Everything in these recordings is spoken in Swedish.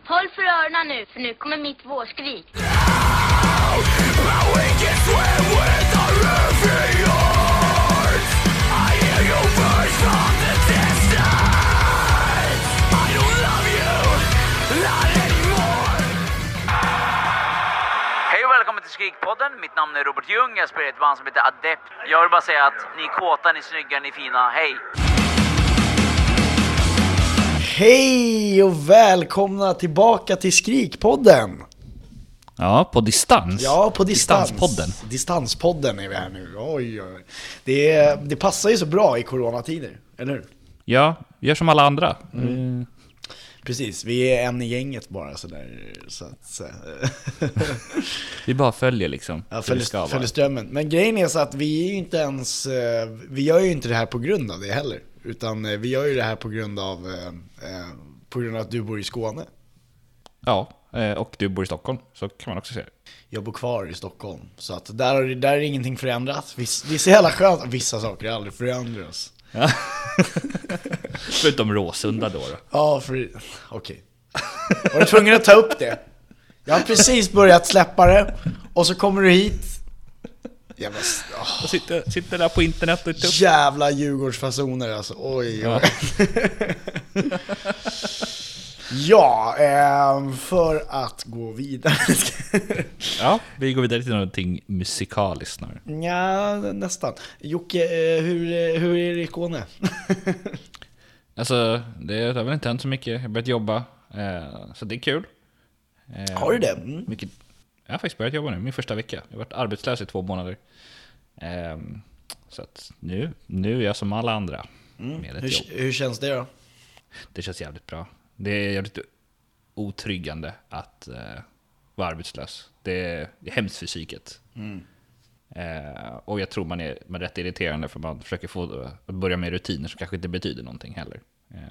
Håll för öronen nu, för nu kommer mitt vårskrik. Hej och välkommen till Skrikpodden. Mitt namn är Robert Ljung. Jag spelar i ett band som heter Adept. Jag vill bara säga att ni är kåta, ni är snygga, ni är fina. Hej! Hej och välkomna tillbaka till Skrikpodden. Ja, på distans. Ja, på distans. Distanspodden. Distanspodden är vi här nu. Oj, oj. Det passar ju så bra i coronatider, eller hur? Ja, gör som alla andra. Precis, vi är en i gänget bara sådär. Så. Vi bara följer liksom. Ja, följer strömmen. Men grejen är så att vi är ju inte ens... Vi gör ju inte det här på grund av det heller. Utan vi gör ju det här på grund av att du bor i Skåne. Ja, och du bor i Stockholm, så kan man också säga. Jag bor kvar i Stockholm. Så att där är ingenting förändrat. Det är så jävla skönt att vissa saker aldrig förändras. Ja. Förutom Råsunda då. Ja, okej. Var du tvungen att ta upp det? Jag har precis börjat släppa det. Och så kommer du hit. Jävla, Jag sitter där på internet och jävla Djurgårdsfasoner alltså. Oj. Ja. Ja, för att gå vidare. Ja, vi går vidare till någonting musikaliskt snarare. Ja, nästan. Jocke, hur är det i Skåne? Alltså, det har väl inte hänt så mycket. Jag har börjat jobba, så det är kul. Har du det? Mm. Mycket. Jag har faktiskt börjat jobba nu, min första vecka. Jag har varit arbetslös i 2 månader. Så att nu är jag som alla andra med ett jobb. Hur känns det då? Det känns jävligt bra. Det är jävligt otryggande att vara arbetslös. Det är hemskt för psyket. Och jag tror man är rätt irriterande för man försöker få börja med rutiner som kanske inte betyder någonting heller.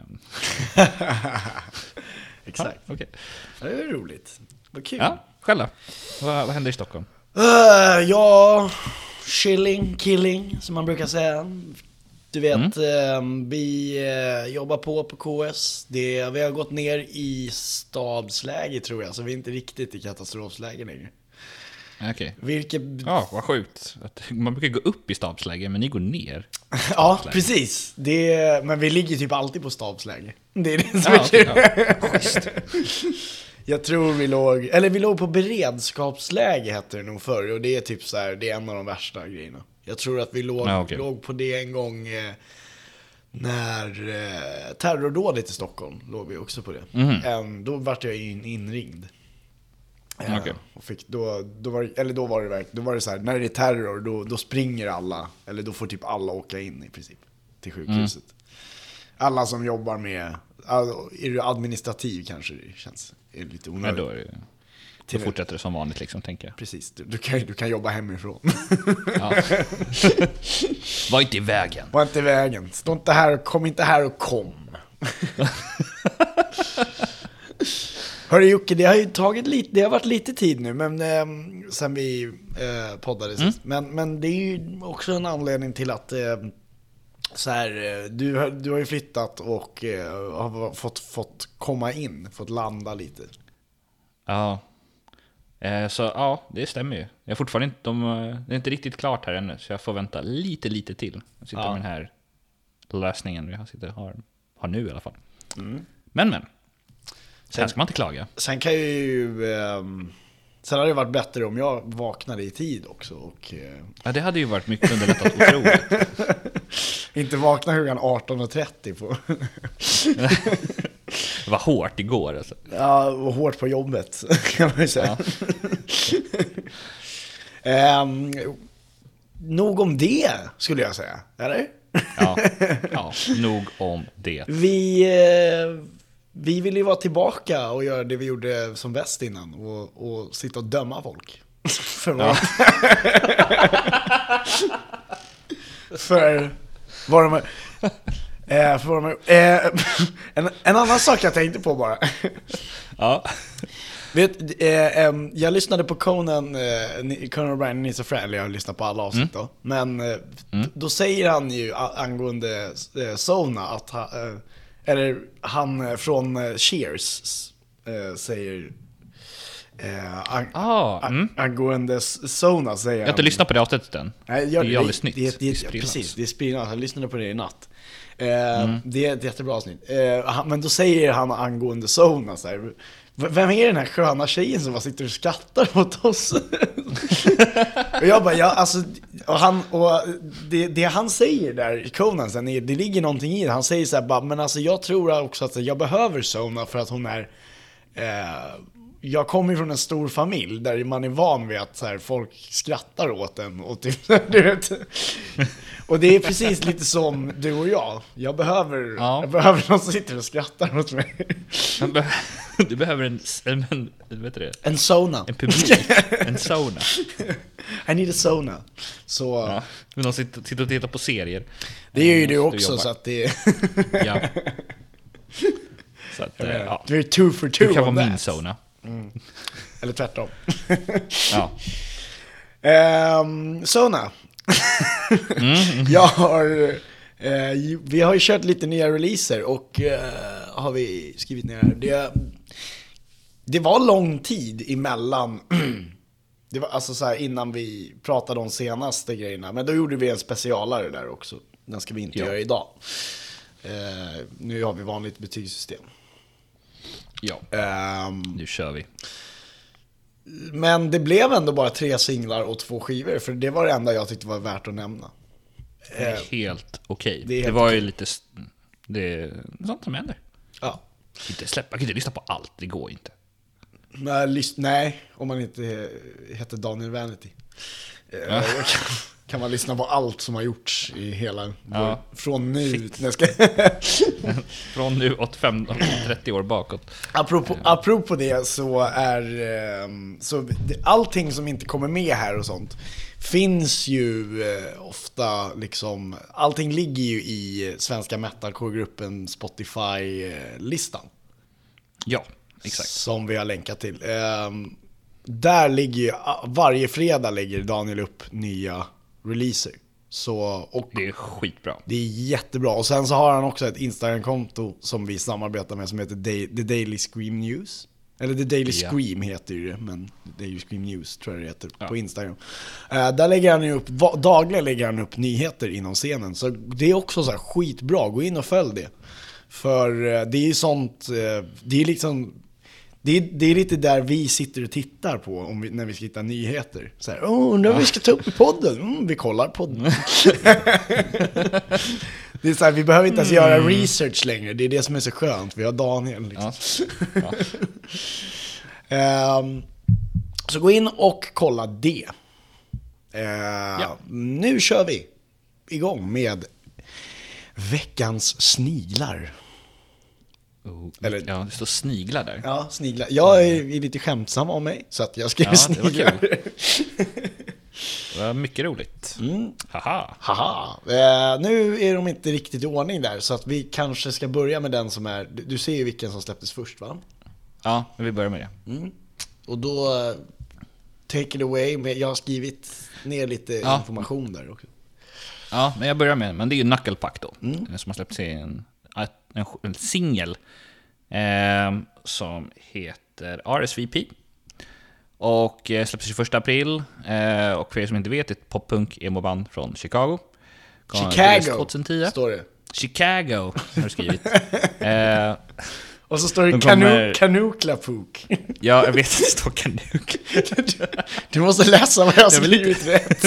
Exakt. Ja, okay. Det är roligt. Vad kul. Ja, själva. Vad händer i Stockholm? Ja, killing som man brukar säga. Du vet, vi jobbar på KS. Vi har gått ner i stabsläge tror jag. Så vi är inte riktigt i katastrofsläge längre. Okej. Vilket... Ja, vad sjukt. Man brukar gå upp i stabsläge, men ni går ner. Ja, precis. Men vi ligger typ alltid på stabsläge. Det är det som är kul. Jag tror vi låg på beredskapsläge hette det nog förr. Och det är typ så här, det är en av de värsta grejerna. Jag tror att vi låg på det en gång när terrordådet i Stockholm låg vi också på det. Då vart jag inringd. Och då var det så här, när det är terror då springer alla, eller då får typ alla åka in i princip till sjukhuset. Alla som jobbar med är du administrativ kanske det känns är lite onödigt. Då fortsätter det som vanligt liksom, tänker jag. Precis, du kan jobba hemifrån. Ja. Var inte i vägen. Stå inte här, kom inte här och kom. Hörru Jocke, det har ju det har varit lite tid nu, men sen vi poddade sist. Men det är ju också en anledning till att så här, du har ju flyttat och har fått komma in, fått landa lite. Ja. Så ja, det stämmer ju. Jag är fortfarande inte, det är inte riktigt klart här ännu, så jag får vänta lite till. Jag sitter med den här lösningen jag har nu i alla fall. Men sen ska man inte klaga. Sen kan sen hade det varit bättre om jag vaknade i tid också och ja, det hade ju varit mycket underlättat otroligt. Inte vakna 18:30 på. Det var hårt igår alltså. Ja, det var hårt på jobbet kan man säga. Nog om det skulle jag säga, eller? Ja, nog om det. Vi vill ju vara tillbaka och göra det vi gjorde som bäst innan och sitta och döma folk. För vad de en annan sak jag tänkte på bara. Ja. Jag lyssnade på Conan O'Brien Needs a Friend. Jag har lyssnat på alla avsnitt då. Men då säger han ju angående Sona att eller han från Cheers säger angående Sona säger Jag har inte lyssnat på det avsnittet än. Nej, det är ju alldeles nytt. Precis, det är sprillans. Jag lyssnade på det i natt. Det är ett jättebra avsnitt. Men då säger han angående Sona så här, vem är den här sköna tjejen som bara sitter och skrattar mot oss? Och jag bara, alltså, det han säger där, Conan, sen det ligger någonting i det. Han säger så här, bara, men alltså jag tror också att jag behöver Sona för att hon är jag kommer från en stor familj där man är van vid att så här, folk skrattar åt en och typ, du vet. Och det är precis lite som du och jag. Jag behöver någon som sitter och skrattar åt mig. Du behöver en vet du det? En Sona. En publik. En Sona. I need a Sona. Så ja, men de sitter och tittar på serier. det är ju du också så att det ja. Så att ja. Du är 2 for 2. Du kan vara min Sona. Eller tvärtom. Ja. Sona. Vi har ju kört lite nya releaser och har vi skrivit ner det var lång tid emellan. Det var alltså så här innan vi pratade om senaste grejerna, men då gjorde vi en specialare där också. Den ska vi inte göra idag. Nu har vi vanligt betygssystem. Ja. Nu kör vi. Men det blev ändå bara 3 singlar och 2 skivor, för det var det enda jag tyckte var värt att nämna. Det är helt okej. Det var ju lite det är sånt som händer. Ja. Jag kan inte lyssna på allt, det går inte. Nej, om man inte heter Daniel Vanity. Kan man lyssna på allt som har gjorts i hela från nu. Från nu åt 30 år bakåt. Apropå det så allting som inte kommer med här och sånt finns ju ofta liksom, allting ligger ju i svenska metalcore-gruppen Spotify-listan. Ja, exakt. Som vi har länkat till. Där ligger ju, varje fredag lägger Daniel upp nya releaser. Och det är skitbra. Det är jättebra. Och sen så har han också ett Instagram-konto som vi samarbetar med som heter The Daily Scream News. Eller The Daily Scream heter det, men Daily Scream News tror jag det heter på Instagram. Där lägger han ju upp, dagligen lägger han upp nyheter inom scenen. Så det är också så här skitbra, gå in och följ det. För det är ju sånt, det är liksom, det är lite där vi sitter och tittar på när vi ska hitta nyheter. Så här, undrar vad vi ska ta upp i podden. Vi kollar podden. Det är så här, vi behöver inte ens göra research längre. Det är det som är så skönt. Vi har Daniel liksom. Så gå in och kolla det. Nu kör vi igång med veckans sniglar. Eller, det står sniglar där. Ja, sniglar. Jag är lite skämtsam om mig, så att jag skriver sniglar. Det var mycket roligt. Haha. Nu är de inte riktigt i ordning där, så att vi kanske ska börja med den som är... Du ser ju vilken som släpptes först, va? Ja, vi börjar med det. Och då, take it away. Jag har skrivit ner lite information där också. Ja, men jag börjar med, men det är ju Knucklepuck då. Som har släppt sig en singel som heter RSVP och släpps 21 april och för er som inte vet, ett poppunk emo-band från Chicago. Chicago 2010 står det. Chicago har du skrivit. Och så står det Kanuklapuk. Ja, jag vet att det står Kanuk. Du måste läsa vad jag har skrivit rätt.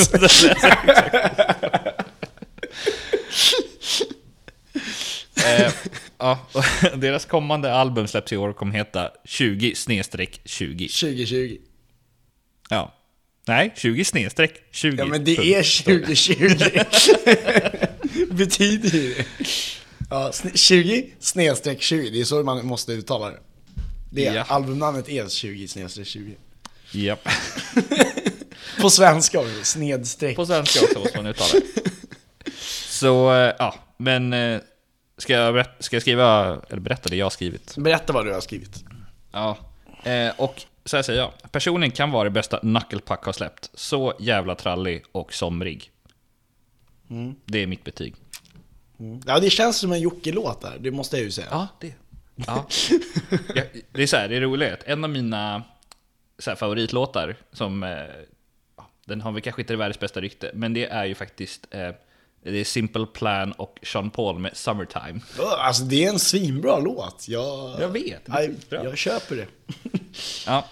Och deras kommande album släpps i år, kommer heta 20/20. 2020. Ja. Nej, 20/20. Ja, men det är 2020. Betyder det. Ja, 20/20. Det är så man måste uttala det. Albumnamnet är 20/20. Japp. På svenska också, snedstreck. På svenska också måste man uttala det. Så, men ska jag skriva, eller berätta det jag har skrivit? Berätta vad du har skrivit. Ja, och så här säger jag. Personen kan vara det bästa Knucklepuck har släppt. Så jävla trallig och somrig. Det är mitt betyg. Ja, det känns som en Jocke-låt där, det måste jag ju säga. Ja, Ja. Det är så här, det är roligt. En av mina så här, favoritlåtar som den har väl kanske inte det världens bästa rykte, men det är ju faktiskt det är Simple Plan och Sean Paul med Summertime. Alltså det är en svinbra låt. Jag vet. Jag köper det. Ja.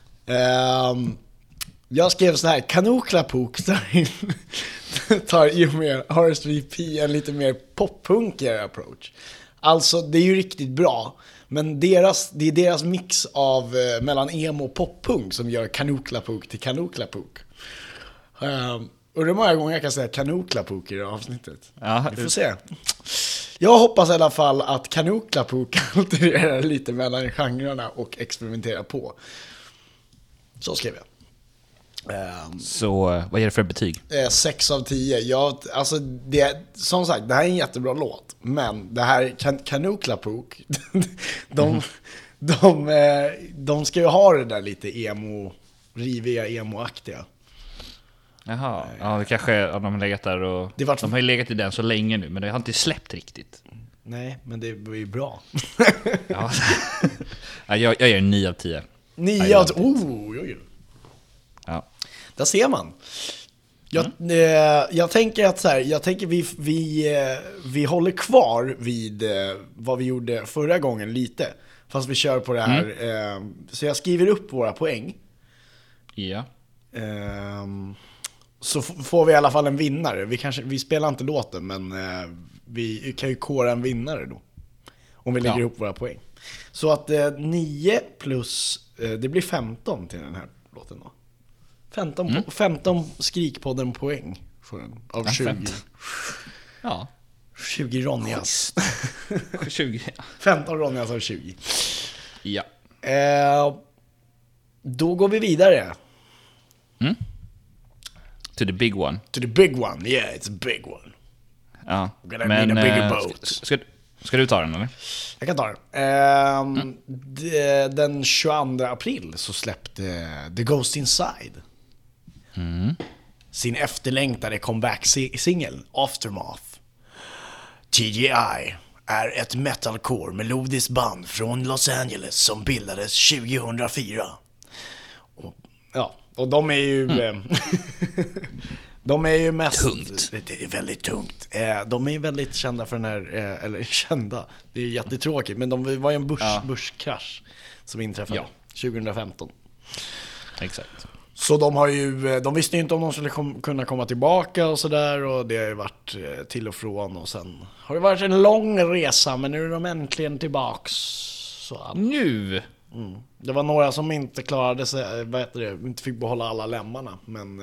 Jag skrev så här: Kanoklapok tar ju med RSVP en lite mer poppunkigare approach. Alltså det är ju riktigt bra, men det är deras mix av mellan emo och poppunk som gör Kanoklapok till Kanoklapok. Och det är många gånger jag kan säga Kanoklapok i det här avsnittet. Ja, vi får se. Jag hoppas i alla fall att Kanoklapok altererar lite mellan genrerna och experimenterar på. Så skrev jag. Så vad ger det för betyg? 6 av 10. Alltså som sagt, det här är en jättebra låt. Men det här Kanoklapok de ska ju ha det där lite riviga emo-aktiga. Jaha, ja, det kanske de har legat där och de har ju legat i den så länge nu, men det har inte släppt riktigt. Nej, men det var ju bra. Ja. Jag ger 9 av 10. 9 av 10. Ja. Där ser man. Jag tänker att så här, vi håller kvar vid vad vi gjorde förra gången lite, fast vi kör på det här. Så jag skriver upp våra poäng. Ja. Så får vi i alla fall en vinnare. Vi spelar inte låten, men vi kan ju kora en vinnare då, om vi lägger ihop våra poäng. Så att 9 plus det blir 15 till den här låten då. 15 Skrikpodden poäng av 20. 15. Ja. 20 Ronjas. 20. 15 Ronjas av 20. Ja. Då går vi vidare. To the big one. To the big one. Yeah, it's a big one. Ja. Gonna need a bigger boat. Ska du ta den eller? Jag kan ta den. Den 22 april så släppte The Ghost Inside sin efterlängtade comeback-singel Aftermath. TGI är ett metalcore melodiskt band från Los Angeles som bildades 2004. Och de är ju de är ju mest tungt. Det är väldigt tungt. De är väldigt kända för den här eller kända. Det är jättetråkigt, men de var ju en börskrasch som inträffade 2015. Exakt. Så de visste ju inte om de skulle kunna komma tillbaka och sådär, och det har ju varit till och från, och sen har det varit en lång resa, men nu är de äntligen tillbaks. Så nu! Det var några som inte klarade sig, inte fick behålla alla lemmarna, men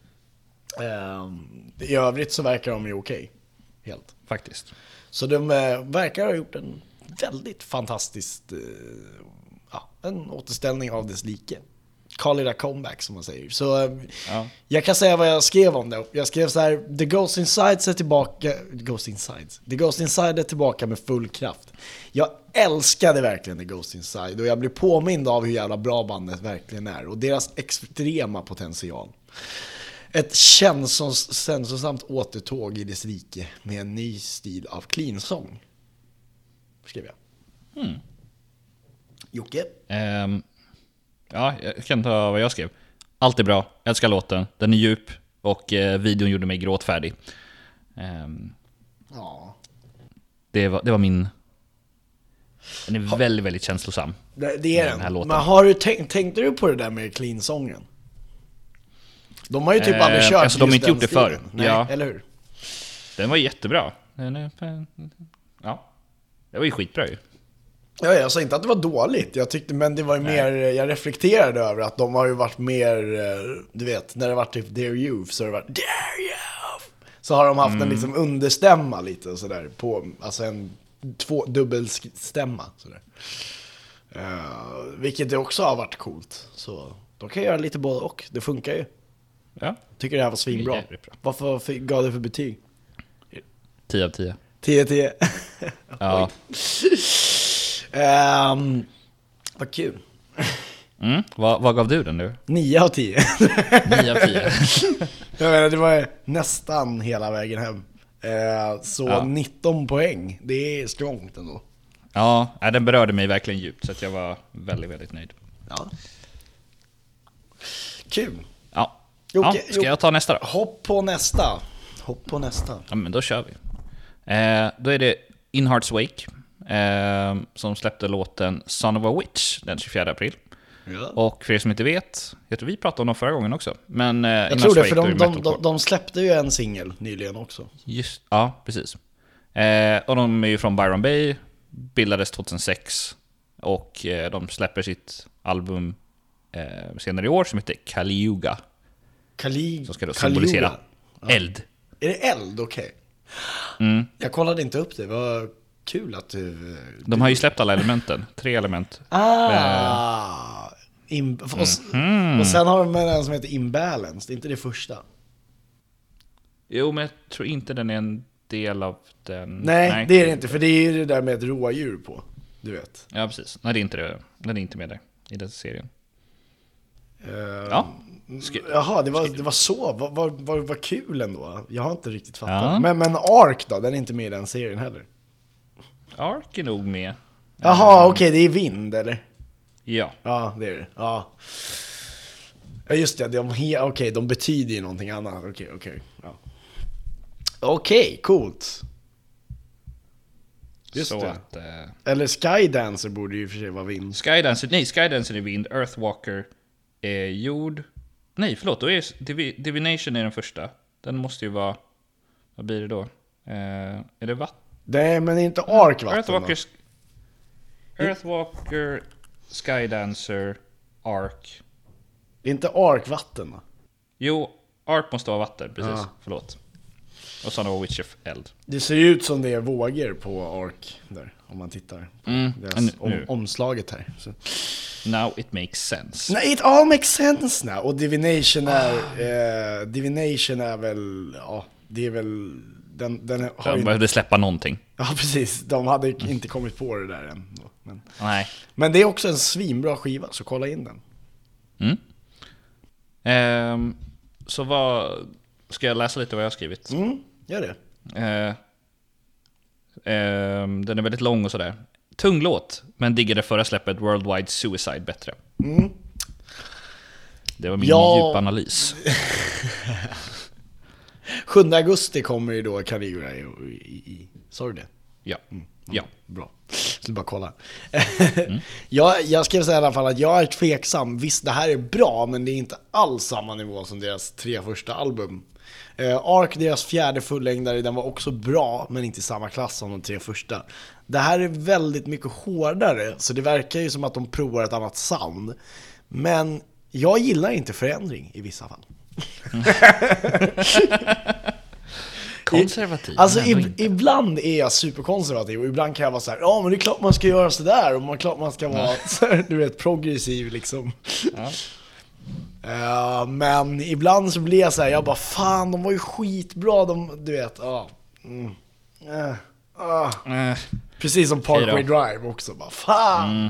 i övrigt så verkar de ju okej. Helt. Faktiskt. Så de verkar ha gjort en väldigt fantastisk en återställning av dess like. Call it a comeback, som man säger. Så jag kan säga vad jag skrev om det. Jag skrev så här: The Ghost Inside är tillbaka. The Ghost Inside är tillbaka med full kraft. Jag älskade verkligen The Ghost Inside, och jag blev påmind av hur jävla bra bandet verkligen är och deras extrema potential. Ett känslosamt återtåg i dess rike med en ny stil av clean-sång, skrev jag. Jocke? Ja, jag kan ta vad jag skrev. Allt är bra, jag älskar låten. Den är djup och videon gjorde mig gråtfärdig. Det var min... Den är väldigt, väldigt känslosam. Det är den. Men har du tänkte du på det där med clean-sången? De har ju typ aldrig kört. Alltså de har inte gjort det förr. Nej, ja. Eller hur? Den var jättebra. Det var ju skitbra ju. Ja, jag sa inte att det var dåligt. Jag tyckte, men det var ju mer, jag reflekterade över att de har ju varit mer, du vet, när det var typ Dear Youth, så har det varit Dear Youth, så har de haft en liksom understämma lite och sådär på, alltså en dubbelstämma sådär. Vilket det också har varit coolt. Så de kan göra lite både och. Det funkar ju. Ja. Tycker det här var svinbra. Varför gav du för betyg? 10 av 10. 10. Ja. Vad kul. Vad gav du den nu? 9 av 10. 9 av 10. Jag menar, det var nästan hela vägen hem. Så 19 poäng. Det är strångt ändå. Ja, den berörde mig verkligen djupt, så att jag var väldigt, väldigt nöjd. Ja. Kul. Ja. Jocke, Ska jag ta nästa då? Hopp på nästa. Ja, men då kör vi. Då är det In Heart's Wake, som släppte låten Son of a Witch den 24 april. Ja. Och för er som inte vet, jag tror vi pratade om dem förra gången också. Men Jag tror det, för de släppte ju en singel nyligen också. Just, ja, precis. Och de är ju från Byron Bay, bildades 2006. Och de släpper sitt album senare i år som heter Kaliuga. Som ska då symbolisera eld. Är det eld? Okej. Jag kollade inte upp det, vad kul att du... De har ju släppt alla elementen, 3 element. Och sen har de en som heter Imbalanced, inte det första. Jo, men jag tror inte den är en del av den. Nej, det är det inte, för det är ju det där med ett rådjur på, du vet. Ja, precis. Nej, det är inte det. Den är inte med där i den serien. Jaha, det var så. Vad kul ändå. Jag har inte riktigt fattat. Men Ark då, den är inte med i den serien heller. Ark är nog med. Jaha, okej, det är vind, eller? Ja. Ja, det är det. Ja. Ja, just det. De betyder ju någonting annat. Okej. Ja. Okej, coolt. Just så det. att, eller Skydancer borde ju för sig vara vind. Skydancer är vind. Earthwalker är jord. Nej, förlåt. Då är Divination är den första. Den måste ju vara... Vad blir det då? Är det vatten? Nej, men inte Ark vatten. Earthwalker, Skydancer, Ark. Inte Ark vatten då? Jo, Ark måste vara vatten, precis. Förlåt. Och Son of a Witch of eld. Det ser ut som det är vågor på Ark där, om man tittar på deras omslaget här. Så. Now it makes sense. Nej, it all makes sense now. Och Divination är Divination är väl, ja, det är väl den har de behövde släppa någonting. Ja, precis. De hade inte kommit på det där än. Nej. Men det är också en svinbra skiva, så kolla in den. Så vad... Ska jag läsa lite vad jag har skrivit? Gör det. Den är väldigt lång och sådär. Tung låt, men diggade förra släppet Worldwide Suicide bättre. Det var min djupa analys. 7 augusti kommer ju då Caligula i sa du det? Ja. Ja. Bra. Jag skulle bara kolla. Jag ska säga i alla fall att jag är tveksam. Visst, det här är bra, men det är inte alls samma nivå som deras 3 första album. Ark, deras 4:e fullängdare, den var också bra, men inte i samma klass som de 3 första. Det här är väldigt mycket hårdare, så det verkar ju som att de provar ett annat sound. Men jag gillar inte förändring i vissa fall. Konservativ. Alltså ibland är jag superkonservativ och ibland kan jag vara så här: ja, men det är klart man ska göra så där, och man klart man ska vara så här, du vet, progressiv liksom. Men ibland så blir jag så här, jag bara fan, de var ju skitbra, du vet. Precis som Parkway Drive också, bara fan.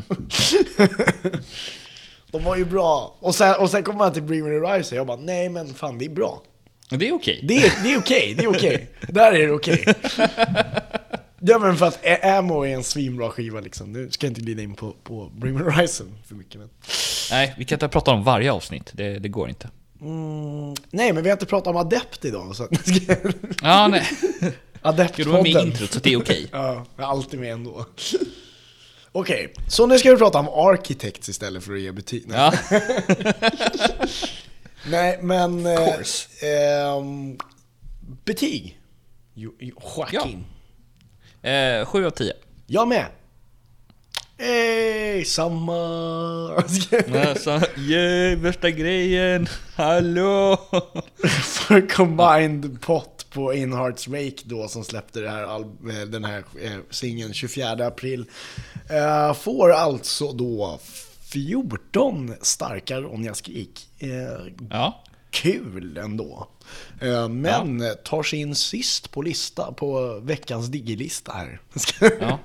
De var ju bra. Och sen kommer man till Bring Me The Horizon, jag bara nej, men fan, det är bra. Det är okej. Det är okej. Där är det okej. Ja, men för att Ammo är en svinbra skiva liksom. Nu ska jag inte glida in på Bring Me The Horizon för mycket. Men... Nej, vi kan inte prata om varje avsnitt. Det går inte. Nej, men vi har inte pratat om Adept idag. Så att... Ja, nej. Adept-podden. Du var med i introt, så det är okej. Ja, jag är alltid med ändå. Okej, så nu ska vi prata om Architects istället för att ge betyg. Ja. Nej, men betyg. Joaquin. 7 av 10. Jag med. Samma. Värsta grejen. Hallå. För combined pot på In Heart's Wake då, som släppte den här singeln 24 april, får alltså då 14 starka Ronja-skrik. Ja. Kul ändå. Men tar sig in sist på veckans digilista här. Ja,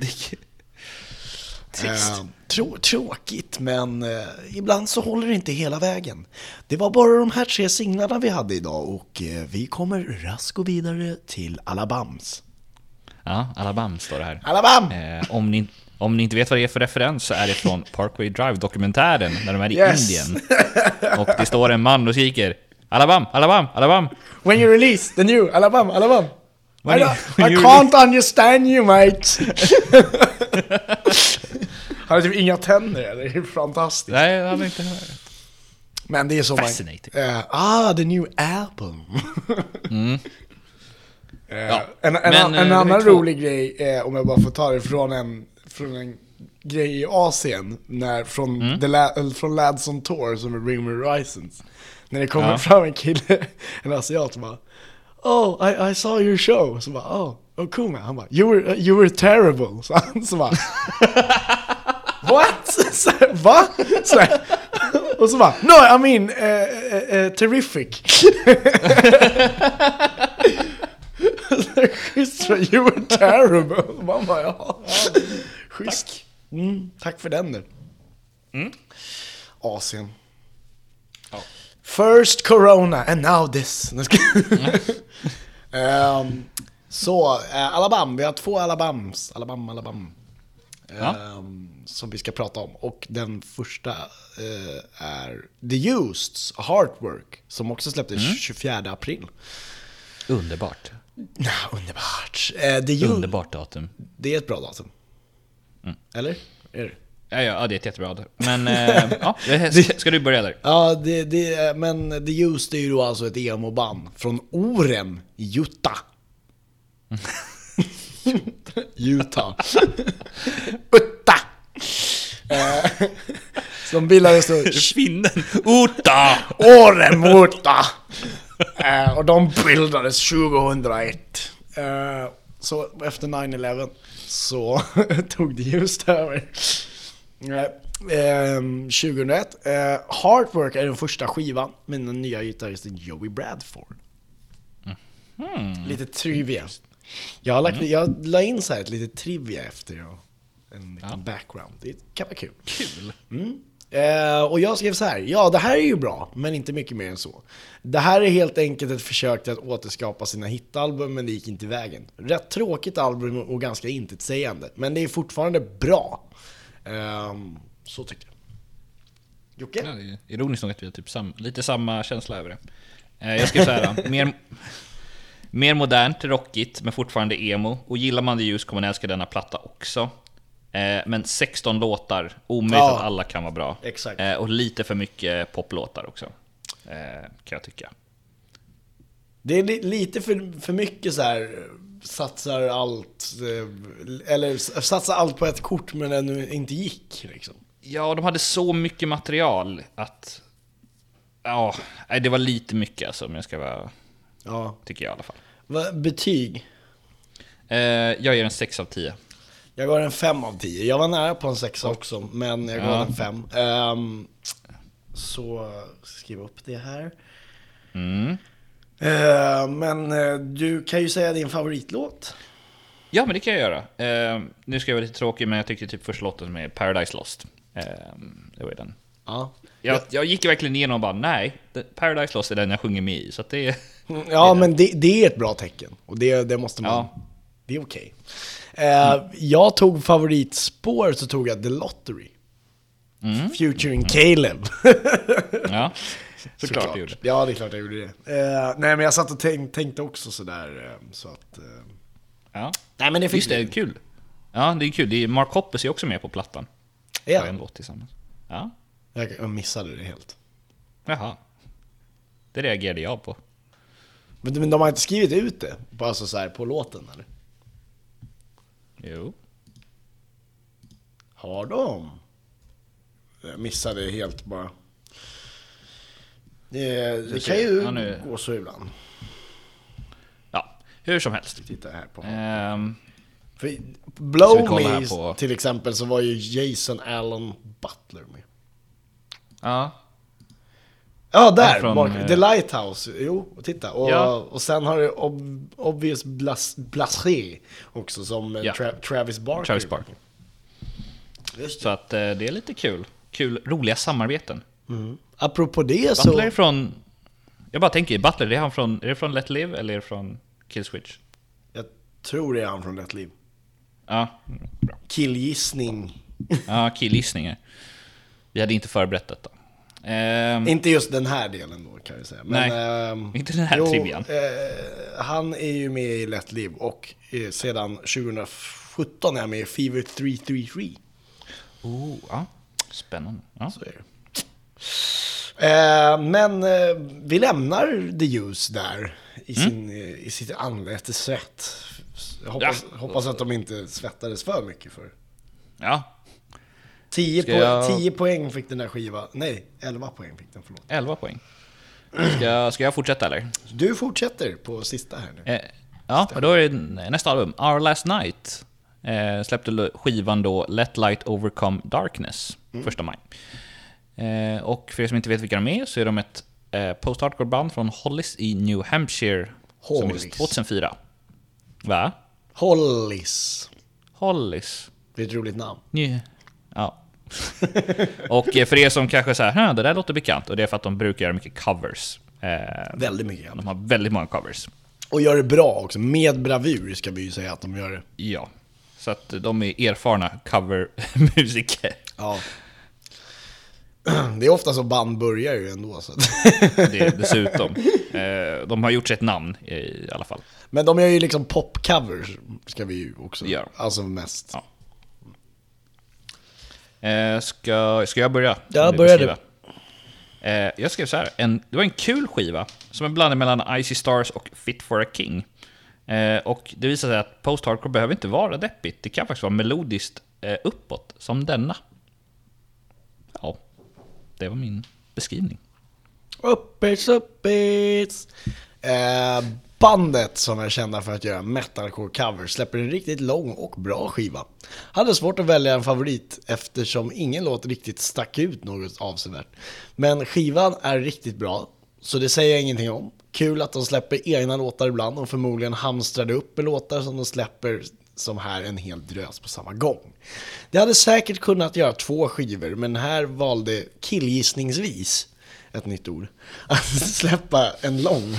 tråkigt, men ibland så håller det inte hela vägen. Det var bara de här 3 singlarna vi hade idag, och vi kommer raskt gå vidare till Alabams. Ja, Alabama står det här. Alabama! Om ni inte vet vad det är för referens så är det från Parkway Drive-dokumentären när de är i Indien. Och det står en man och skriker Alabama, Alabama, Alabama. When you release the new Alabama, Alabama. When I can't understand you, mate. Han har typ inga tänder, eller? Det är fantastiskt. Nej, han har inte hört. Men det är så Fascinating. The new album. Ja, En annan rolig grej, om jag bara får ta det från en grej i Asien, från Lads on Tour som är Bring Me Horizons. När det kommer fram en kille, en asiat, som bara "Oh, I saw your show." Så bara "Oh, cool man." Han bara You were terrible." Så bara "What?" Så, va? Så, och så bara "No, I mean terrific." Schysst, you were terrible. Man bara, ja. Schysst. Tack för den nu. Asien. Ja. First corona and now this. Alabama, vi har 2 Alabama. Som vi ska prata om. Och den första är The Useds, Heartwork, som också släpptes 24 april. Underbart. Underbart. Underbart datum. Det är ett bra datum. Eller? Är det? Ja, det är ett jättebra datum. Men ska du börja där? Ja, men The Used är ju då alltså ett emo-band från Orem, Utah. Utah. Utta. Som bildades då Finnen. Ota. Orem, Utah. Och de bildades 2001. Så efter 9/11 så tog det just över. 2001. Heartwork är den första skivan med den nya gitarristen Joey Bradford. Lite trivia. Jag la in så här ett litet trivia efter en background. Det kan vara kul. Och jag skrev så här: det här är ju bra, men inte mycket mer än så. Det här är helt enkelt ett försök till att återskapa sina hitalbum, men det gick inte vägen. Rätt tråkigt album och ganska intetsägande, men det är fortfarande bra. Så tyckte jag. Jocke? Ja, det är ironiskt nog att vi har typ lite samma känsla över det. Jag skrev så här: mer modernt, rockigt, men fortfarande emo. Och gillar man det ljus kommer man älska denna platta också. Men 16 låtar, omöjligt att alla kan vara bra. Exakt. Och lite för mycket poplåtar också, kan jag tycka. Det är lite för mycket så här, satsar allt på ett kort, men det inte gick liksom. Ja, de hade så mycket material att det var lite mycket alltså, om jag ska vara, tycker jag i alla fall. Betyg? Jag ger en 6 av 10. Jag gav en 5 av 10. Jag var nära på en 6 också, men jag gav en 5. Så skriv upp det här. Men du kan ju säga din favoritlåt. Ja, men det kan jag göra. Nu ska jag vara lite tråkig, men jag tyckte typ första låten med Paradise Lost. Det var ju den. Ja. Jag gick verkligen igenom och bara, nej, Paradise Lost är den jag sjunger med i. Så att det är... men det är ett bra tecken. Och det måste man... Ja. Det är okej. Jag tog favoritspår, så tog jag The Lottery. Featuring Caleb. Ja, såklart du gjorde. Ja, det är klart jag gjorde det. Nej, men jag satt och tänkte också sådär, så att... Nej, men det är kul. Ja, det är kul. Det är Mark Hoppus är också med på plattan. Ja. En låt tillsammans. Ja. Jag missade det helt. Jaha. Det reagerade jag på. Men de har inte skrivit ut det bara så här på låten, eller? Jo. Har de? Jag missade helt bara. Det kan ju gå så ibland. Ja, hur som helst. Titta här på för Blow Me på... till exempel, så var ju Jason Allen Butler med. Ja. Ja, där, The Lighthouse. Jo, titta. Och sen har du Obvious Blasé också, som Travis Barker. Så att det är lite kul, roliga samarbeten. Apropå det Butler så... Butler från... Jag bara tänker, Butler, är det från Let Live eller är det från Killswitch? Tror det är han från Lätt Liv. Ja, bra. Killgissning. Ja, killgissningar. Vi hade inte förberett detta. Inte just den här delen då, kan jag säga. Men, Nej, inte den här trivian. Han är ju med i Lätt Liv och sedan 2017 är han med i Fever 333. Ja, spännande. Ja. Så är det. Men vi lämnar The Use där i sitt anletessvett. Jag hoppas att de inte svettades för mycket för. Ja. 10 poäng fick den där skiva. Nej, 11 poäng fick den, förlåt. 11 poäng. Ska jag fortsätta eller? Du fortsätter på sista här nu. Ja, och då är det nästa album, Our Last Night. Släppte skivan då Let Light Overcome Darkness 1 maj. Och för er som inte vet vilka de är, så är de ett post-hardcore band från Hollis i New Hampshire. Som är 2004. Va? Hollis. Det är ett roligt namn. Ja. Och för er som kanske säger, det där låter bekant, och det är för att de brukar göra mycket covers. Väldigt mycket. De har väldigt många covers. Och gör det bra också, med bravur ska vi ju säga att de gör det. Ja, så att de är erfarna covermusiker. Ja. Det är ofta så band börjar ju ändå. Så. Det är dessutom. De har gjort sig ett namn i alla fall. Men de gör ju liksom popcovers, ska vi ju också. Ja. Alltså mest. Ja. Ska jag börja? Ja, börja du. Jag skrev så här. Det var en kul skiva som en blandning mellan Icy Stars och Fit for a King. Och det visar sig att post-hardcore behöver inte vara deppigt. Det kan faktiskt vara melodiskt uppåt, som denna. Ja, det var min beskrivning. Uppits. Bandet som är kända för att göra metalcore covers släpper en riktigt lång och bra skiva. Hade svårt att välja en favorit eftersom ingen låt riktigt stack ut något avsevärt. Men skivan är riktigt bra, så det säger jag ingenting om. Kul att de släpper egna låtar ibland och förmodligen hamstrade upp med låtar som de släpper som här en hel drös på samma gång. Det hade säkert kunnat göra 2 skivor, men här valde killgissningsvis ett nytt ord att släppa en lång.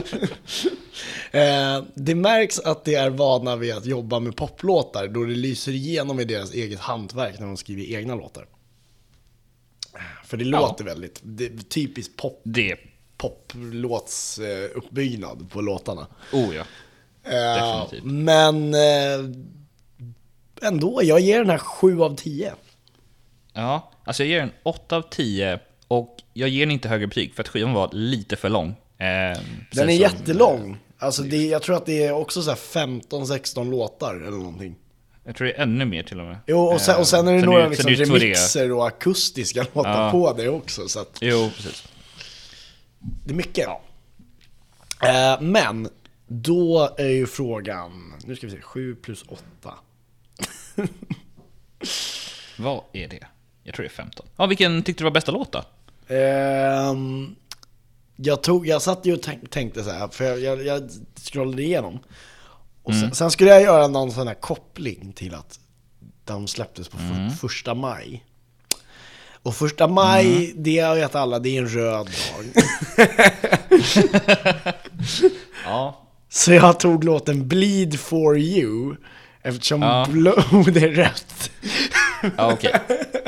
Det märks att de är vana vid att jobba med poplåtar, då det lyser igenom i deras eget hantverk när de skriver egna låtar. För det låter väldigt typiskt poplåts uppbyggnad på låtarna. Ja. Definitivt. Men ändå, jag ger den här 7 av 10. Ja, alltså jag ger den 8 av 10. Och jag ger den inte högre betyg för att skivan var lite för lång. Den är jättelång. Alltså jag tror att det är också så här 15-16 låtar eller någonting. Jag tror det är ännu mer till och med. Jo, och sen är det några liksom det remixer och akustiska låtar på det också. Så att jo, precis. Det är mycket. Men då är ju frågan, nu ska vi se, 7 plus 8. Vad är det? Jag tror det är 15. Ja, vilken tyckte du var bästa låt då? Jag satt ju och tänkte så här, för jag scrollade igenom. Och sen skulle jag göra någon sån här koppling till att de släpptes på 1 maj. Och 1 maj, det vet alla, det är en röd dag. Ja. Så jag tog låten Bleed for You, eftersom blod är rött. Ja, okej.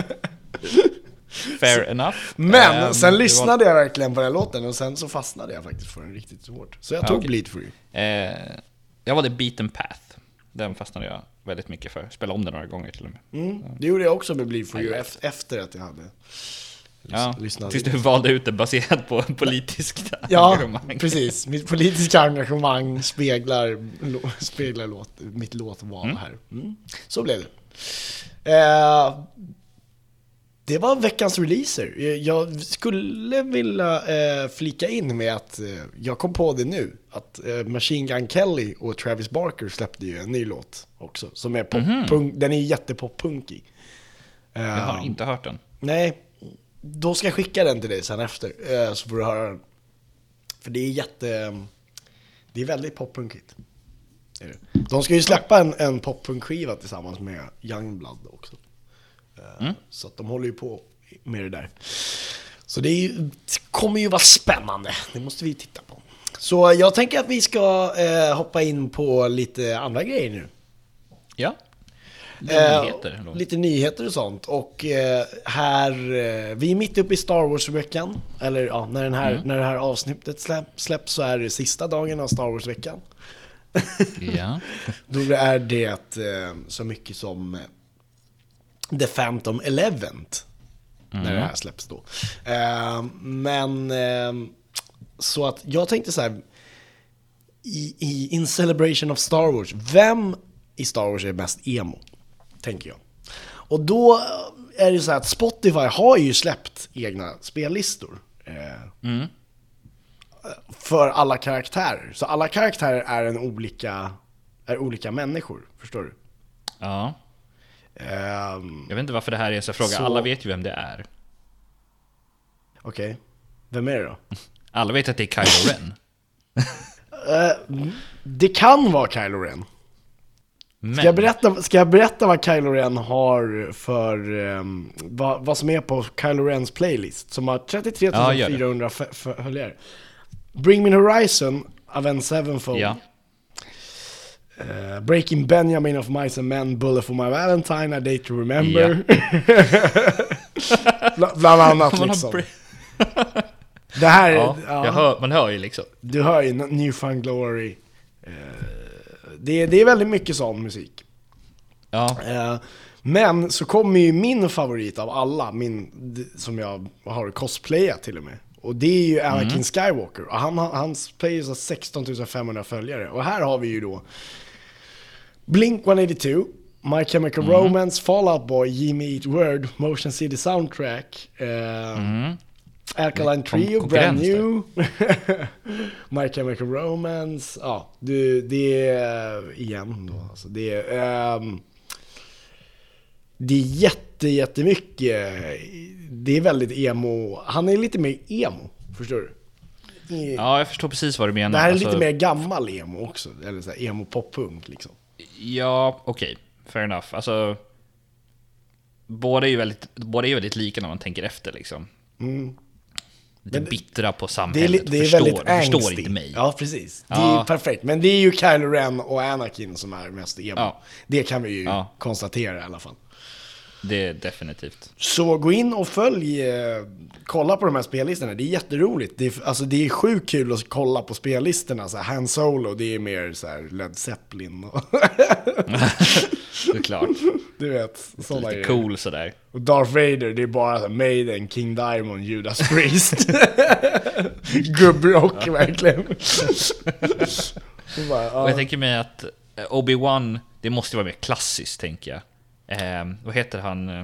Fair enough. Men sen lyssnade jag verkligen på den låten, och sen så fastnade jag faktiskt för den riktigt hårt. Så jag tog Bleed for You. Jag var The Beaten Path. Den fastnade jag väldigt mycket för. Spelade om den några gånger till och med. Det gjorde jag också med Bleed for You efter att jag hade lyssnat. Tills du valde ut det baserat på politiskt engagemang. Ja, precis. Mitt politiska engagemang speglar mitt låtval här. Så blev det. Det var veckans releaser. Jag skulle vilja flika in med att jag kom på det nu, att Machine Gun Kelly och Travis Barker släppte ju en ny låt också, som är den är jättepop-punkig. Jag har inte hört den. Nej, då ska jag skicka den till dig sen efter, så får du höra den. För det är väldigt pop-punkigt. De ska ju släppa en pop-punk-skiva tillsammans med Youngblood också. Så att de håller ju på med det där. Så det kommer ju vara spännande. Det måste vi titta på. Så jag tänker att vi ska hoppa in på lite andra grejer nu. Ja. Nyheter. Lite nyheter och sånt. Och här, vi är mitt uppe i Star Wars-veckan. Eller ja, när det här avsnittet släpps så är det sista dagen av Star Wars-veckan. Ja. Då är det så mycket som The Phantom Eleven när det här släpps då. Men så att jag tänkte så här, in celebration of Star Wars, vem i Star Wars är mest emo, tänker jag. Och då är det så här att Spotify har ju släppt egna spellistor för alla karaktärer. Så alla karaktärer är olika människor, förstår du? Ja. Jag vet inte varför det här är så fråga. Alla vet ju vem det är. Okej. Vem är det då? Alla vet att det är Kylo Ren. Det kan vara Kylo Ren. Men... Ska jag berätta vad Kylo Ren har för vad som är på Kylo Rens playlist som har 33 400 följare. Bring Me Horizon, Avenged Sevenfold. Ja. Breaking Benjamin of Mice and Men, Bullet for My Valentine, A Day to Remember. Bland annat liksom. Det här man hör ju liksom. Du hör ju Newfound Glory. Det är väldigt mycket sån musik. Ja. Men så kommer ju min favorit av alla, som jag har cosplayat till och med. Och det är ju Anakin Skywalker. Och hans play är 16 500 följare. Och här har vi ju då Blink 182, My Chemical Romance, Fall Out Boy, Jimmy Eat World, Motion City Soundtrack, Alkaline Trio, Brand New, My Chemical Romance. Ja, det är igen då. Alltså det är jättemycket. Det är väldigt emo. Han är lite mer emo, förstår du? Ja, jag förstår precis vad du menar. Det här är lite mer gammal emo också. Eller så här emo poppunk liksom. Ja, okej. Fair enough. Alltså, båda är ju väldigt lika när man tänker efter liksom. Lite bittra på samhället. Det är väldigt förstår inte mig. Ja, precis. Det är perfekt. Men det är ju Kylo Ren och Anakin som är mest emo. Ja. Det kan vi ju konstatera i alla fall. Det är definitivt. Så gå in och kolla på de här spellistorna. Det är jätteroligt. Det är sjukt kul att kolla på spellistorna. Så här, Han Solo, det är mer så här Led Zeppelin. Det är klart. Du vet, sådana lite cool sådär. Och Darth Vader, det är bara så här, Maiden, King Diamond, Judas Priest. Gubbrock, verkligen. Och jag tänker mig att Obi-Wan, det måste vara mer klassiskt, tänker jag. Vad heter han?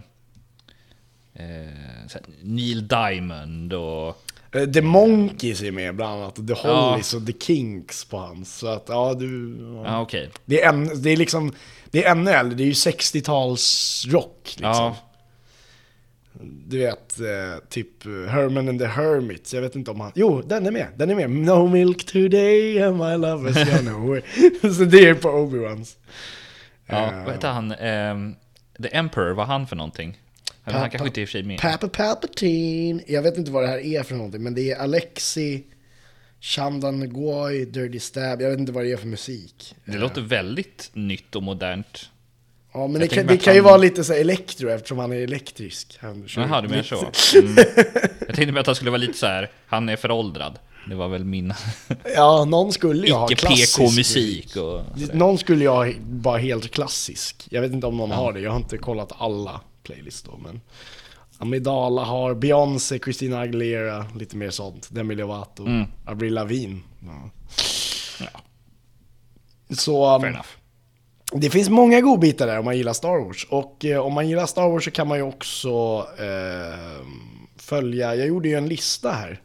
Neil Diamond och The Monkeys är med bland annat, The Hollies och The Kinks på hans. Så att okej. Det är liksom, det är ännu äldre, det är ju 60-tals rock liksom. Ja. Du vet, typ Herman and the Hermits. Jag vet inte om han... Jo, den är med. No milk today and my love is gone away. Så det är på Obi-Wans. Vad heter han? The Emperor, vad han för någonting? Han kanske inte är i och för sig med. Papa Palpatine. Jag vet inte vad det här är för någonting, men det är Alexi, Chandan Ngoy, Dirty Stab. Jag vet inte vad det är för musik. Det låter väldigt nytt och modernt. Ja, men det kan ju vara lite så elektro eftersom han är elektrisk. Jaha, du menar så. Jag tänkte mig att han skulle vara lite så här, han är föråldrad. Det var väl min... Ja, någon skulle ju ha klassisk PK-musik och någon skulle ju ha bara helt klassisk. Jag vet inte om någon har det. Jag har inte kollat alla playlists då, men Amidala har Beyoncé, Christina Aguilera, lite mer sånt. Demi Lovato, Avril Lavigne. Ja. Så fair enough. Det finns många godbitar där om man gillar Star Wars. Och om man gillar Star Wars så kan man ju också följa... Jag gjorde ju en lista här.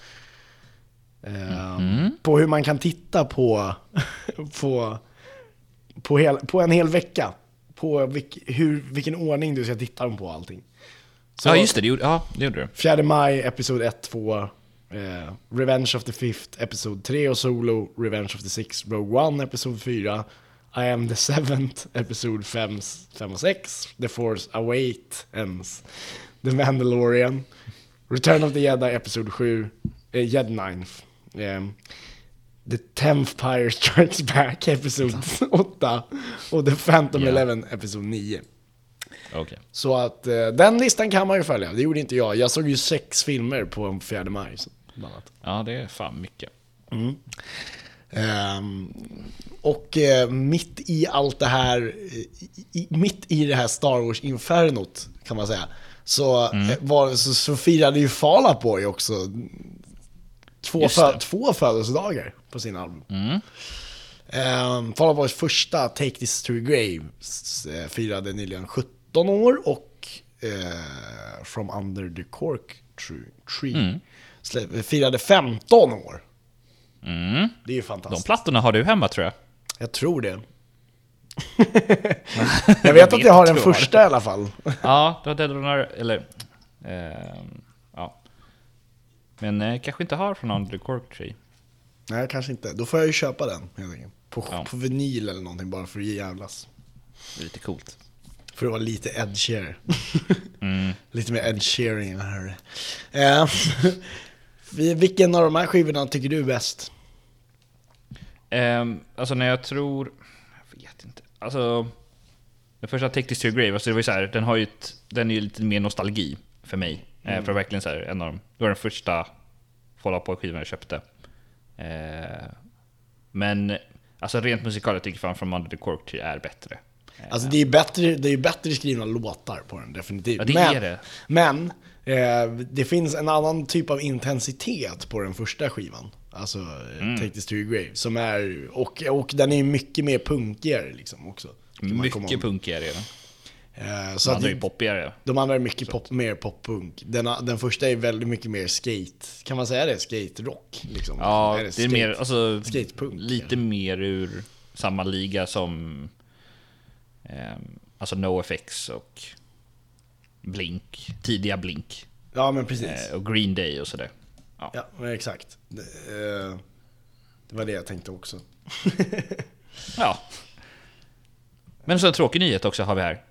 På hur man kan titta på en hel vecka. På vilken ordning du ska titta dem på allting. Så, ja, just det. Det gjorde du. 4 maj, episod 1, 2. Revenge of the Fifth, episod 3 och Solo. Revenge of the Sixth, Rogue One, episod 4. I am the Seventh, episod 5 och 6. The Force Awakens, The Mandalorian. Return of the Jedi, episod 7. Jedi Ninth. The Empire Strikes Back episod 8 och The Phantom Eleven episod 9. Okej. Så att den listan kan man ju följa. Det gjorde inte jag. Jag såg ju 6 filmer på en 4 maj. Bland annat. Ja, det är fan mycket. Och mitt i allt det här, mitt i det här Star Wars-infernot kan man säga, så firade ju Fall Out Boy också två födelsedagar på sin album. Fall Out Boys första Take This to the Grave firade nyligen 17 år och From Under the Cork Tree firade 15 år. Det är ju fantastiskt. De plattorna har du hemma, tror jag. Jag tror det. Jag vet att jag har den första i alla fall. Ja, du har Dead or Alive, eller ja. Men kanske inte har från Under the Cork Tree. Nej, kanske inte. Då får jag ju köpa den helt enkelt. På vinyl eller någonting, bara för att jävlas. Det är lite coolt. För att vara lite edgier. Lite mer edgeering här. Vilken av de här skivorna tycker du är bäst? Alltså när jag tror, jag vet inte. Alltså den första Take This to the Grave, alltså det var ju så här, den är ju lite mer nostalgi för mig. För verkligen så här, en av dem. Det var den första Fall Out Boy-skivan jag köpte. Men alltså rent musikaliskt tycker jag From Under the Cork Tree är bättre. Alltså det är bättre skrivna låtar på den, definitivt. Ja, det är det. Men det finns en annan typ av intensitet på den första skivan. Alltså Take This to the Grave, som är och den är mycket mer punkigare liksom också. Mycket punkigare är den. Så de andra är poppigare. De andra är mycket mer poppunk. Den första är väldigt mycket mer skate. Kan man säga det? Skate-rock liksom. Ja, det är mer, alltså, skatepunk. Lite mer ur samma liga som alltså NoFX och Blink, tidiga Blink. Ja, men precis. Och Green Day och sådär. Ja, men exakt. Det var det jag tänkte också. Ja. Men så en tråkig nyhet också har vi här.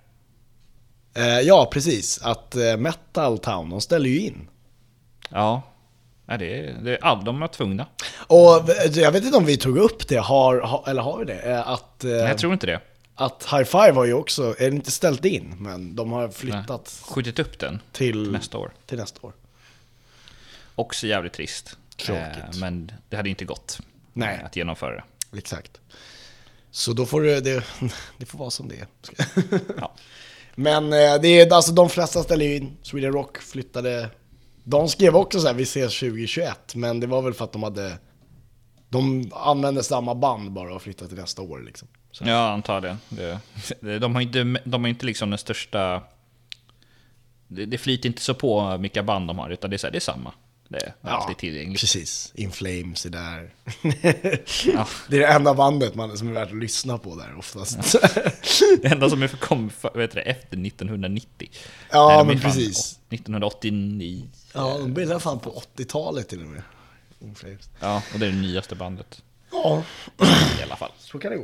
Ja, precis. Att Metal Town, de ställer ju in. Ja. De är tvungna. Och jag vet inte om vi tog upp det, eller har vi det? Nej, jag tror inte det. Att High Five har ju också, är det inte ställt in, men de har flyttat. Nej, skjutit upp den till nästa år. Till nästa år. Också jävligt trist. Tråkigt. Men det hade inte gått att genomföra det. Exakt. Så då får det får vara som det är. Ja. Men det är alltså de flesta ställer in. Sweden Rock flyttade. De skrev också så här, vi ses 2021, men det var väl för att de använde samma band bara och flyttade till nästa år liksom. Så. Ja, antagligen. De har inte liksom den största. Det flyter inte så på vilka band de har, utan det är samma. Det är alltid tillgängligt. Precis. In Flames är där. Det är det enda bandet som är värt att lyssna på där oftast. Det enda som kom efter 1990. Ja, men precis. 1989. Ja, de bildade fan på 80-talet till och med. In Flames. Ja, och det är det nyaste bandet. Ja. I alla fall. Så kan det gå.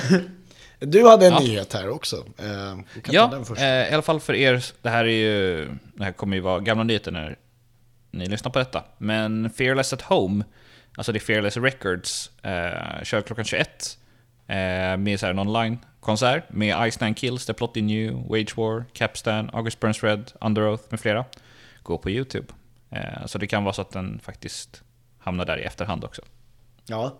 Du hade en nyhet här också. I alla fall för er. Det här kommer ju vara gamla nyheter när ni lyssnar på detta. Men Fearless at Home, alltså det är Fearless Records, kör klockan 21 med så här en online-konsert med Ice Nine Kills, The Plot in New, Wage War, Capstan, August Burns Red, Under Oath med flera. Gå på YouTube. Så det kan vara så att den faktiskt hamnar där i efterhand också. Ja.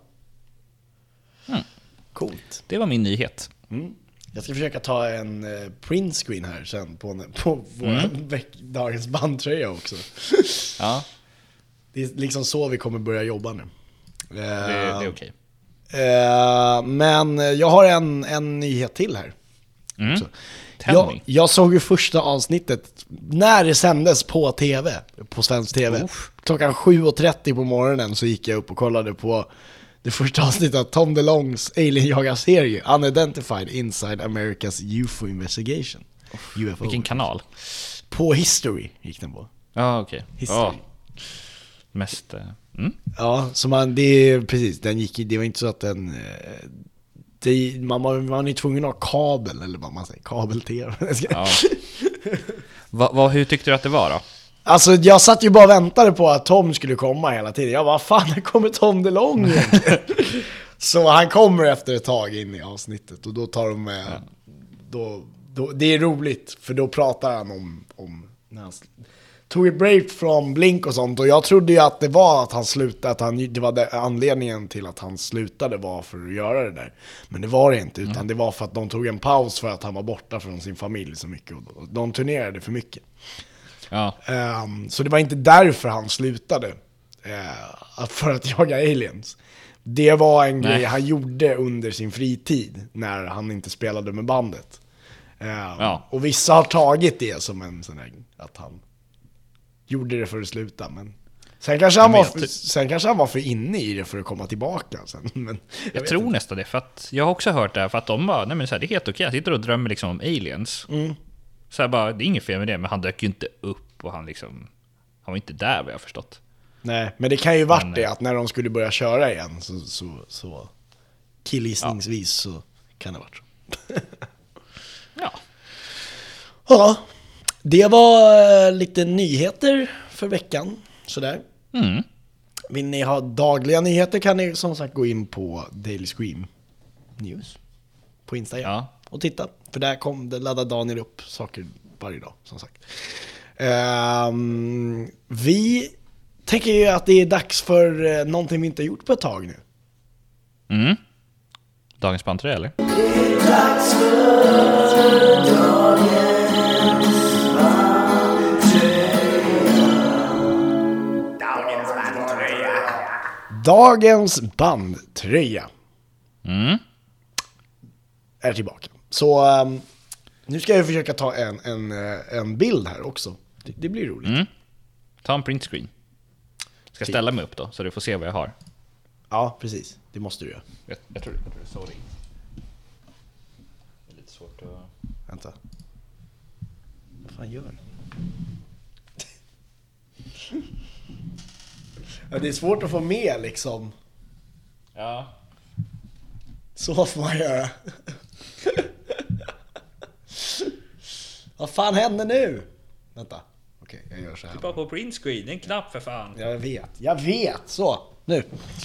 Coolt. Det var min nyhet. Jag ska försöka ta en print screen här sen på vår dagens bandtröja också. Ja. Det är liksom så vi kommer börja jobba nu. Det är okej. Men jag har en nyhet till här. Jag såg ju första avsnittet när det sändes på TV, på svensk TV. Klockan 7:30 på morgonen så gick jag upp och kollade på det första avsnittet av Tom DeLonges Alien-jagarserie Unidentified Inside America's UFO Investigation. UFO. Vilken kanal? På History gick den på. Ja, okej. History. Mest. Ja, så det är precis. Den gick. Det var inte så att den. Man är tvungen att ha kabel eller vad man säger, kabel-tv. Ja. Hur tyckte du att det var då? Alltså jag satt ju bara och väntade på att Tom skulle komma hela tiden. Jag bara, fan, här kommer Tom DeLonge egentligen. Så han kommer efter ett tag in i avsnittet. Och då tar de med... Då, det är roligt, för då pratar han om när han tog ett break från Blink och sånt. Och jag trodde ju att det var att han slutade, det var anledningen till att han slutade var för att göra det där. Men det var det inte, utan det var för att de tog en paus för att han var borta från sin familj så mycket. Och de turnerade för mycket. Ja. Så det var inte därför han slutade för att jaga aliens. Det var en grej han gjorde under sin fritid när han inte spelade med bandet. Och vissa har tagit det som en sån där, att han gjorde det för att sluta. Men sen kanske han var för inne i det för att komma tillbaka sen. Men jag tror inte. Nästan det, för att jag har också hört det, för att de bara, nej men så här, det är helt okej. Jag sitter och drömmer liksom om aliens. Så här bara, det är inget fel med det, men han dök ju inte upp och han var inte där, vad jag har förstått. Nej, men det kan ju varit det att när de skulle börja köra igen så killgissningsvis så kan det varit så. Ja, det var lite nyheter för veckan, sådär. Vill ni ha dagliga nyheter kan ni som sagt gå in på Daily Scream News på Instagram och titta. För där laddar Daniel upp saker varje dag, som sagt. Vi tänker ju att det är dags för någonting vi inte har gjort på ett tag nu. Dagens bandtröja, eller? Det är dags för Dagens bandtröja är tillbaka. Så nu ska jag försöka ta en bild här också. Det blir roligt. Ta en printscreen. Ska ställa mig upp då, så du får se vad jag har. Ja, precis. Det måste du göra. Jag tror det är så det är. Det är lite svårt att... Vänta. Vad fan gör den? Ja, det är svårt att få med liksom. Ja. Så får man göra. Vad fan händer nu? Vänta. Okej, jag gör så här. Bara på printscreen, det är en knapp för fan. Jag vet. Så, nu.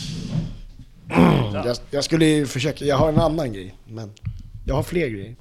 Jag skulle ju försöka, jag har en annan grej, men jag har fler grejer.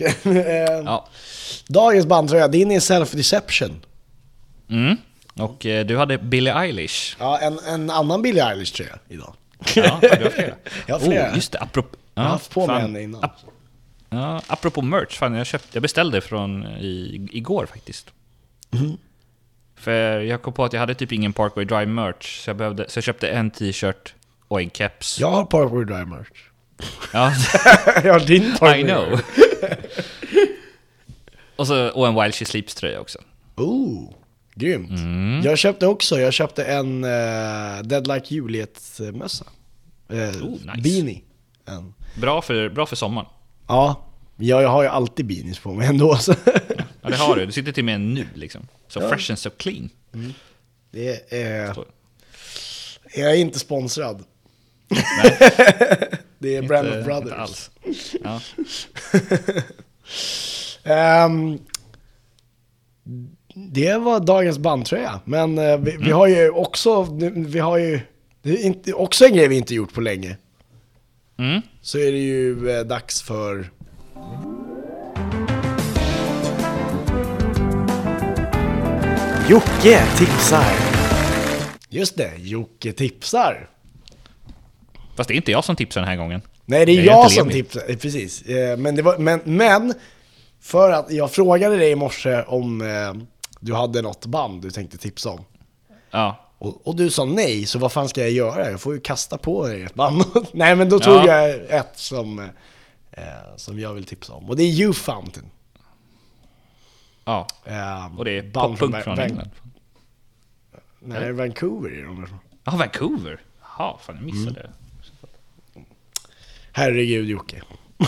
Dagens bandtröja, din är Self-Deception. Och du hade Billie Eilish. Ja, en annan Billie Eilish tröja idag. Ja, du har flera. Jag har flera. Just det, jag har haft på mig henne innan. Apropå merch, fan, jag beställde från igår faktiskt. För jag kom på att jag hade typ ingen Parkway Drive merch, så jag köpte en t-shirt och en keps. Jag har Parkway Drive merch. Ja. Jag har din Parkway. I know. och en While She Sleeps tröja också. Grymt. Jag köpte en Dead Like Juliet-mössa. Nice. Beanie. Bra för sommaren. Ja, jag har ju alltid beanies på mig ändå. Så. Ja, det har du. Du sitter till med en nu liksom. Så fresh and so clean. Det är... Jag är inte sponsrad. Nej. Det är Brand of Brothers. Inte alls. Ja. Det var dagens bandtröja. Men vi har ju också... det är inte, också en grej vi inte gjort på länge. Så är det ju dags för... Jocke tipsar. Just det, Jocke tipsar. Fast det är inte jag som tipsar den här gången. Nej, det är jag som tipsar, precis. Men för att jag frågade dig i morse om du hade något band du tänkte tipsa om. Ja. Och du sa nej, så vad fan ska jag göra? Jag får ju kasta på dig ett band. Nej, men då tog jag ett som jag vill tipsa om. Och det är You Fountain. Ja, och det är band poppunk från England. Nej, Vancouver är de. Ja, Vancouver. Ja, fan, jag missade det. Herregud, Jocke.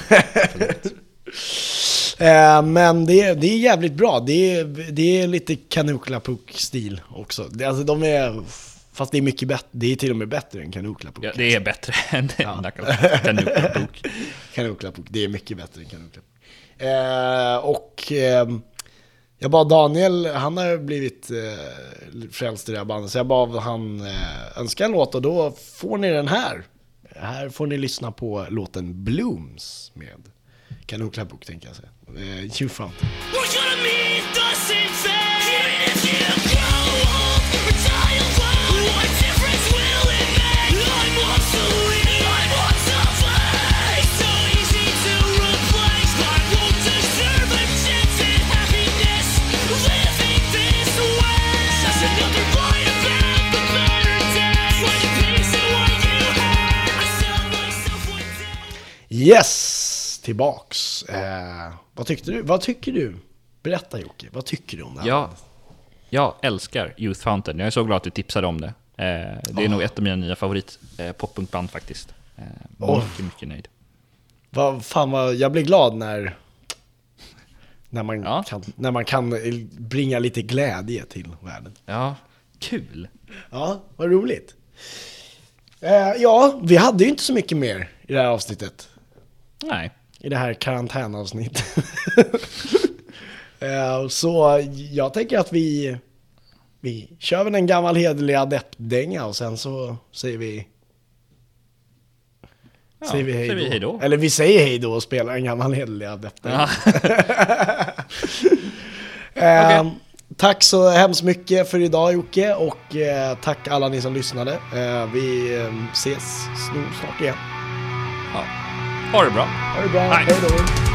Men det är jävligt bra. Det är lite Kanuklapuk-stil också. Alltså de är... Fast det är mycket bättre. Det är till och med bättre än Kanuklapuk. Ja, det är bättre än Kanuklapuk. Kanuklapuk, det är mycket bättre än Kanuklapuk. Jag bad Daniel, han har blivit frälst i det här bandet, så jag bad han önska en låt och då får ni den här. Här får ni lyssna på låten Blooms med Kanonklappbok, tänker jag säga. Youth Fountain. Yes, tillbaks. Vad tycker du? Berätta Jocke, vad tycker du om det här? Jag älskar Youth Fountain. Jag är så glad att du tipsade om det. Det är nog ett av mina nya favorit poppunkband faktiskt. Mycket nöjd. Jag blir glad när man kan bringa lite glädje till världen. Ja, kul. Ja, vad roligt. Vi hade ju inte så mycket mer i det här avsnittet. Nej. I det här karantänavsnittet. Så jag tänker att vi kör väl en gammal hederlig adeptdänga och sen så säger vi hej då. Eller vi säger hej då och spelar en gammal hederlig adeptdänga. Okay. Tack så hemskt mycket för idag Jocke, och tack alla ni som lyssnade. Vi ses snart igen. Ja. Ha det bra. Hej då.